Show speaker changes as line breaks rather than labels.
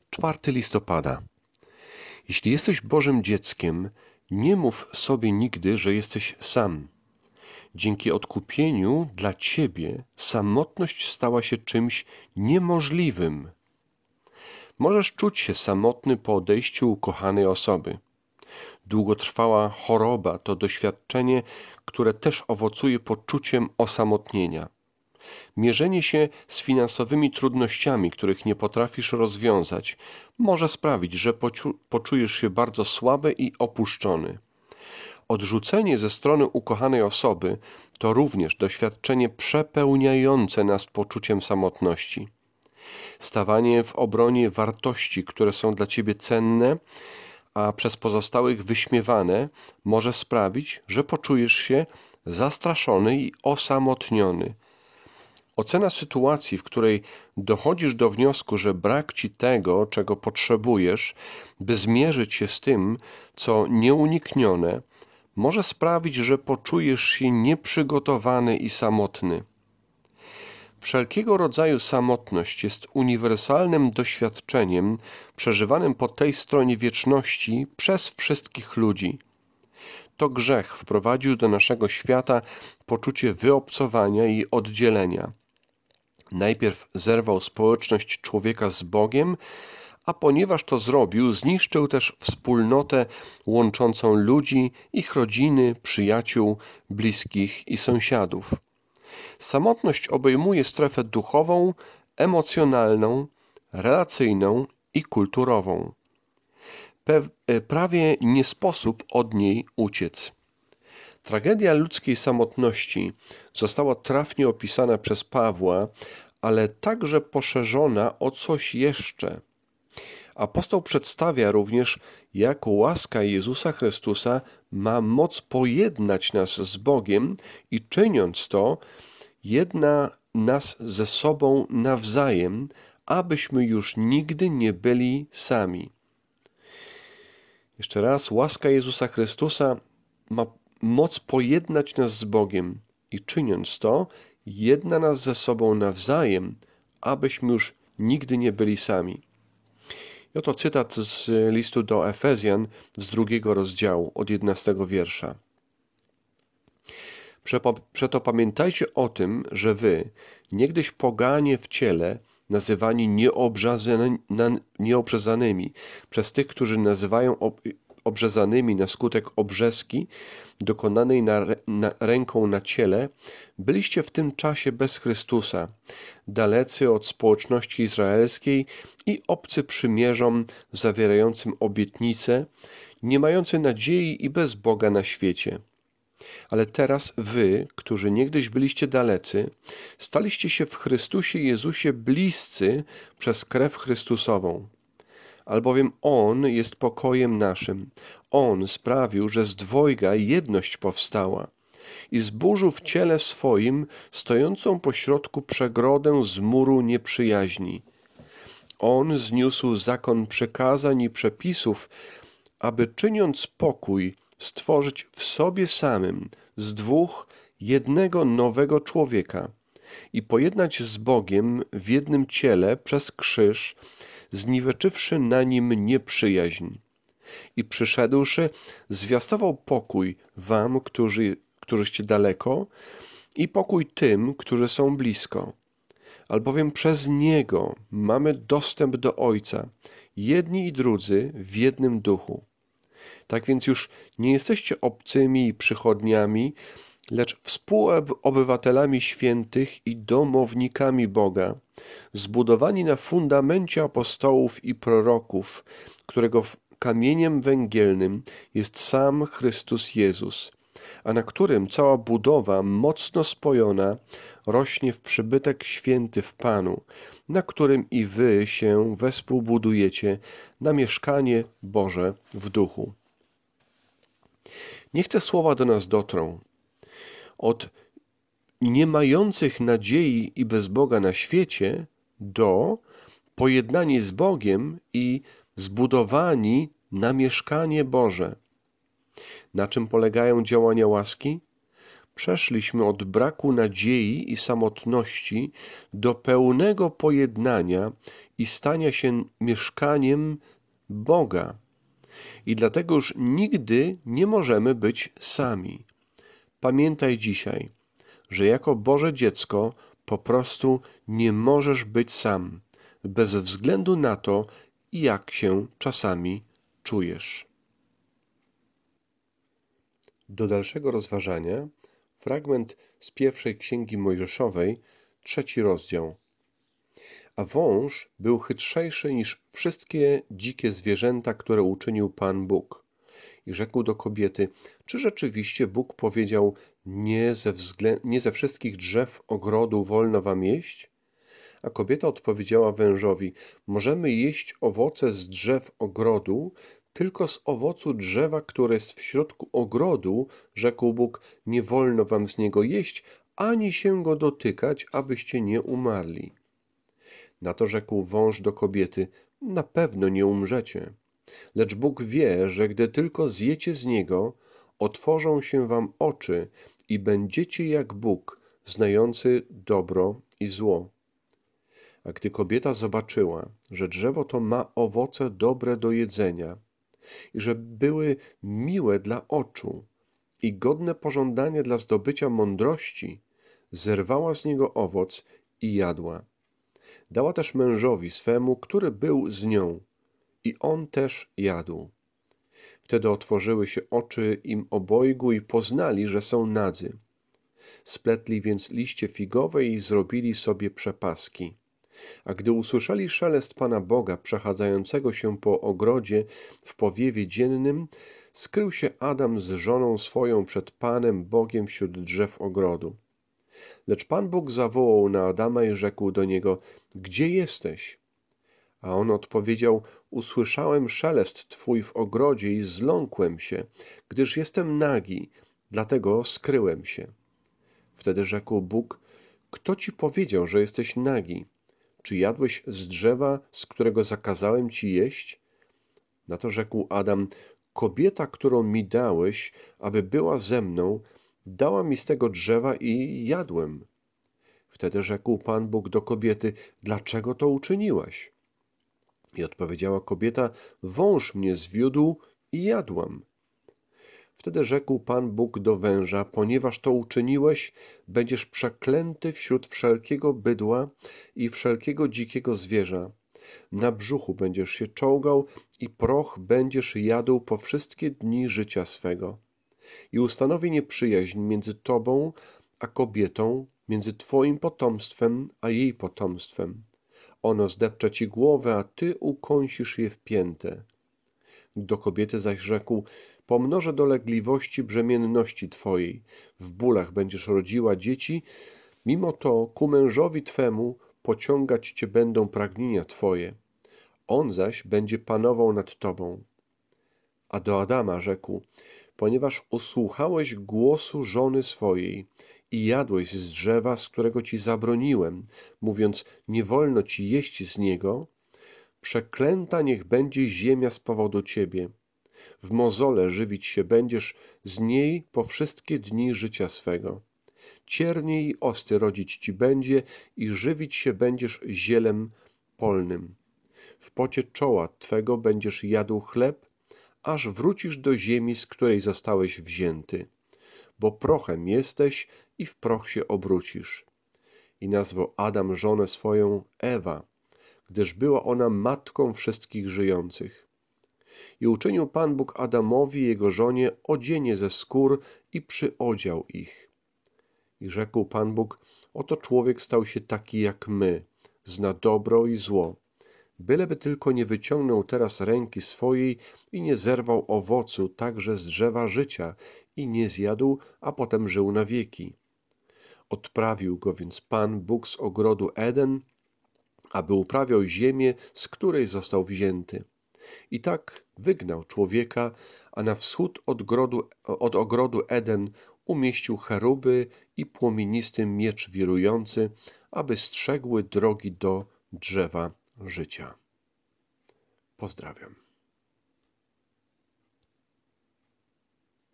4 listopada. Jeśli jesteś Bożym dzieckiem, nie mów sobie nigdy, że jesteś sam. Dzięki odkupieniu dla ciebie samotność stała się czymś niemożliwym. Możesz czuć się samotny po odejściu ukochanej osoby. Długotrwała choroba to doświadczenie, które też owocuje poczuciem osamotnienia. Mierzenie się z finansowymi trudnościami, których nie potrafisz rozwiązać, może sprawić, że poczujesz się bardzo słaby i opuszczony. Odrzucenie ze strony ukochanej osoby to również doświadczenie przepełniające nas poczuciem samotności. Stawanie w obronie wartości, które są dla ciebie cenne, a przez pozostałych wyśmiewane, może sprawić, że poczujesz się zastraszony i osamotniony. Ocena sytuacji, w której dochodzisz do wniosku, że brak ci tego, czego potrzebujesz, by zmierzyć się z tym, co nieuniknione, może sprawić, że poczujesz się nieprzygotowany i samotny. Wszelkiego rodzaju samotność jest uniwersalnym doświadczeniem przeżywanym po tej stronie wieczności przez wszystkich ludzi. To grzech wprowadził do naszego świata poczucie wyobcowania i oddzielenia. Najpierw zerwał społeczność człowieka z Bogiem, a ponieważ to zrobił, zniszczył też wspólnotę łączącą ludzi, ich rodziny, przyjaciół, bliskich i sąsiadów. Samotność obejmuje strefę duchową, emocjonalną, relacyjną i kulturową. Prawie nie sposób od niej uciec. Tragedia ludzkiej samotności została trafnie opisana przez Pawła, ale także poszerzona o coś jeszcze. Apostoł przedstawia również, jak łaska Jezusa Chrystusa ma moc pojednać nas z Bogiem i czyniąc to, jedna nas ze sobą nawzajem, abyśmy już nigdy nie byli sami. Jeszcze raz, łaska Jezusa Chrystusa ma moc pojednać nas z Bogiem i czyniąc to, jedna nas ze sobą nawzajem, abyśmy już nigdy nie byli sami. I oto cytat z listu do Efezjan z 2 rozdziału od 11 wiersza. Przeto pamiętajcie o tym, że wy, niegdyś poganie w ciele, nazywani nieobrzezanymi przez tych, którzy nazywają obrzezanymi na skutek obrzeski dokonanej ręką na ciele, byliście w tym czasie bez Chrystusa, dalecy od społeczności izraelskiej i obcy przymierzom zawierającym obietnice, nie mający nadziei i bez Boga na świecie. Ale teraz wy, którzy niegdyś byliście dalecy, staliście się w Chrystusie Jezusie bliscy przez krew Chrystusową. Albowiem On jest pokojem naszym. On sprawił, że z dwojga jedność powstała i zburzył w ciele swoim stojącą pośrodku przegrodę z muru nieprzyjaźni. On zniósł zakon przykazań i przepisów, aby czyniąc pokój, stworzyć w sobie samym z dwóch jednego nowego człowieka i pojednać z Bogiem w jednym ciele przez krzyż, zniweczywszy na nim nieprzyjaźń. I przyszedłszy, zwiastował pokój wam, którzyście daleko, i pokój tym, którzy są blisko. Albowiem przez Niego mamy dostęp do Ojca, jedni i drudzy w jednym duchu. Tak więc już nie jesteście obcymi i przychodniami, lecz współobywatelami świętych i domownikami Boga, zbudowani na fundamencie apostołów i proroków, którego kamieniem węgielnym jest sam Chrystus Jezus, a na którym cała budowa mocno spojona rośnie w przybytek święty w Panu, na którym i wy się wespół budujecie na mieszkanie Boże w duchu. Niech te słowa do nas dotrą. Od nie mających nadziei i bez Boga na świecie do pojednani z Bogiem i zbudowani na mieszkanie Boże. Na czym polegają działania łaski? przeszliśmy od braku nadziei i samotności do pełnego pojednania i stania się mieszkaniem Boga. I dlatego już nigdy nie możemy być sami. Pamiętaj dzisiaj, że jako Boże dziecko po prostu nie możesz być sam, bez względu na to, jak się czasami czujesz. Do dalszego rozważania fragment z pierwszej Księgi Mojżeszowej, 3 rozdział. A wąż był chytrzejszy niż wszystkie dzikie zwierzęta, które uczynił Pan Bóg. I rzekł do kobiety, czy rzeczywiście Bóg powiedział, nie ze wszystkich drzew ogrodu wolno wam jeść? A kobieta odpowiedziała wężowi, możemy jeść owoce z drzew ogrodu, tylko z owocu drzewa, które jest w środku ogrodu, rzekł Bóg, nie wolno wam z niego jeść, ani się go dotykać, abyście nie umarli. Na to rzekł wąż do kobiety, na pewno nie umrzecie. Lecz Bóg wie, że gdy tylko zjecie z niego, otworzą się wam oczy i będziecie jak Bóg, znający dobro i zło. A gdy kobieta zobaczyła, że drzewo to ma owoce dobre do jedzenia i że były miłe dla oczu i godne pożądania dla zdobycia mądrości, zerwała z niego owoc i jadła. Dała też mężowi swemu, który był z nią, i on też jadł. Wtedy otworzyły się oczy im obojgu i poznali, że są nadzy. Spletli więc liście figowe i zrobili sobie przepaski. A gdy usłyszeli szelest Pana Boga przechadzającego się po ogrodzie w powiewie dziennym, skrył się Adam z żoną swoją przed Panem Bogiem wśród drzew ogrodu. Lecz Pan Bóg zawołał na Adama i rzekł do niego, gdzie jesteś? A on odpowiedział, usłyszałem szelest Twój w ogrodzie i zląkłem się, gdyż jestem nagi, dlatego skryłem się. Wtedy rzekł Bóg, kto Ci powiedział, że jesteś nagi? Czy jadłeś z drzewa, z którego zakazałem Ci jeść? Na to rzekł Adam, kobieta, którą mi dałeś, aby była ze mną, dała mi z tego drzewa i jadłem. Wtedy rzekł Pan Bóg do kobiety, dlaczego to uczyniłaś? I odpowiedziała kobieta, wąż mnie zwiódł i jadłam. Wtedy rzekł Pan Bóg do węża, ponieważ to uczyniłeś, będziesz przeklęty wśród wszelkiego bydła i wszelkiego dzikiego zwierza. Na brzuchu będziesz się czołgał i proch będziesz jadł po wszystkie dni życia swego. I ustanowię nieprzyjaźń między tobą a kobietą, między twoim potomstwem a jej potomstwem. Ono zdepcze ci głowę, a ty ukąsisz je w piętę. Do kobiety zaś rzekł, pomnożę dolegliwości brzemienności twojej, w bólach będziesz rodziła dzieci, mimo to ku mężowi twemu pociągać cię będą pragnienia twoje. On zaś będzie panował nad tobą. A do Adama rzekł, ponieważ usłuchałeś głosu żony swojej i jadłeś z drzewa, z którego ci zabroniłem, mówiąc, nie wolno ci jeść z niego, przeklęta niech będzie ziemia z powodu ciebie. W mozole żywić się będziesz z niej po wszystkie dni życia swego. Ciernie i osty rodzić ci będzie i żywić się będziesz zielem polnym. W pocie czoła twego będziesz jadł chleb, aż wrócisz do ziemi, z której zostałeś wzięty. Bo prochem jesteś i w proch się obrócisz. I nazwał Adam żonę swoją Ewa, gdyż była ona matką wszystkich żyjących. I uczynił Pan Bóg Adamowi i jego żonie odzienie ze skór i przyodział ich. I rzekł Pan Bóg, oto człowiek stał się taki jak my, zna dobro i zło. Byleby tylko nie wyciągnął teraz ręki swojej i nie zerwał owocu także z drzewa życia i nie zjadł, a potem żył na wieki. Odprawił go więc Pan Bóg z ogrodu Eden, aby uprawiał ziemię, z której został wzięty. I tak wygnał człowieka, a na wschód od ogrodu Eden umieścił cheruby i płomienisty miecz wirujący, aby strzegły drogi do drzewa życia. Pozdrawiam.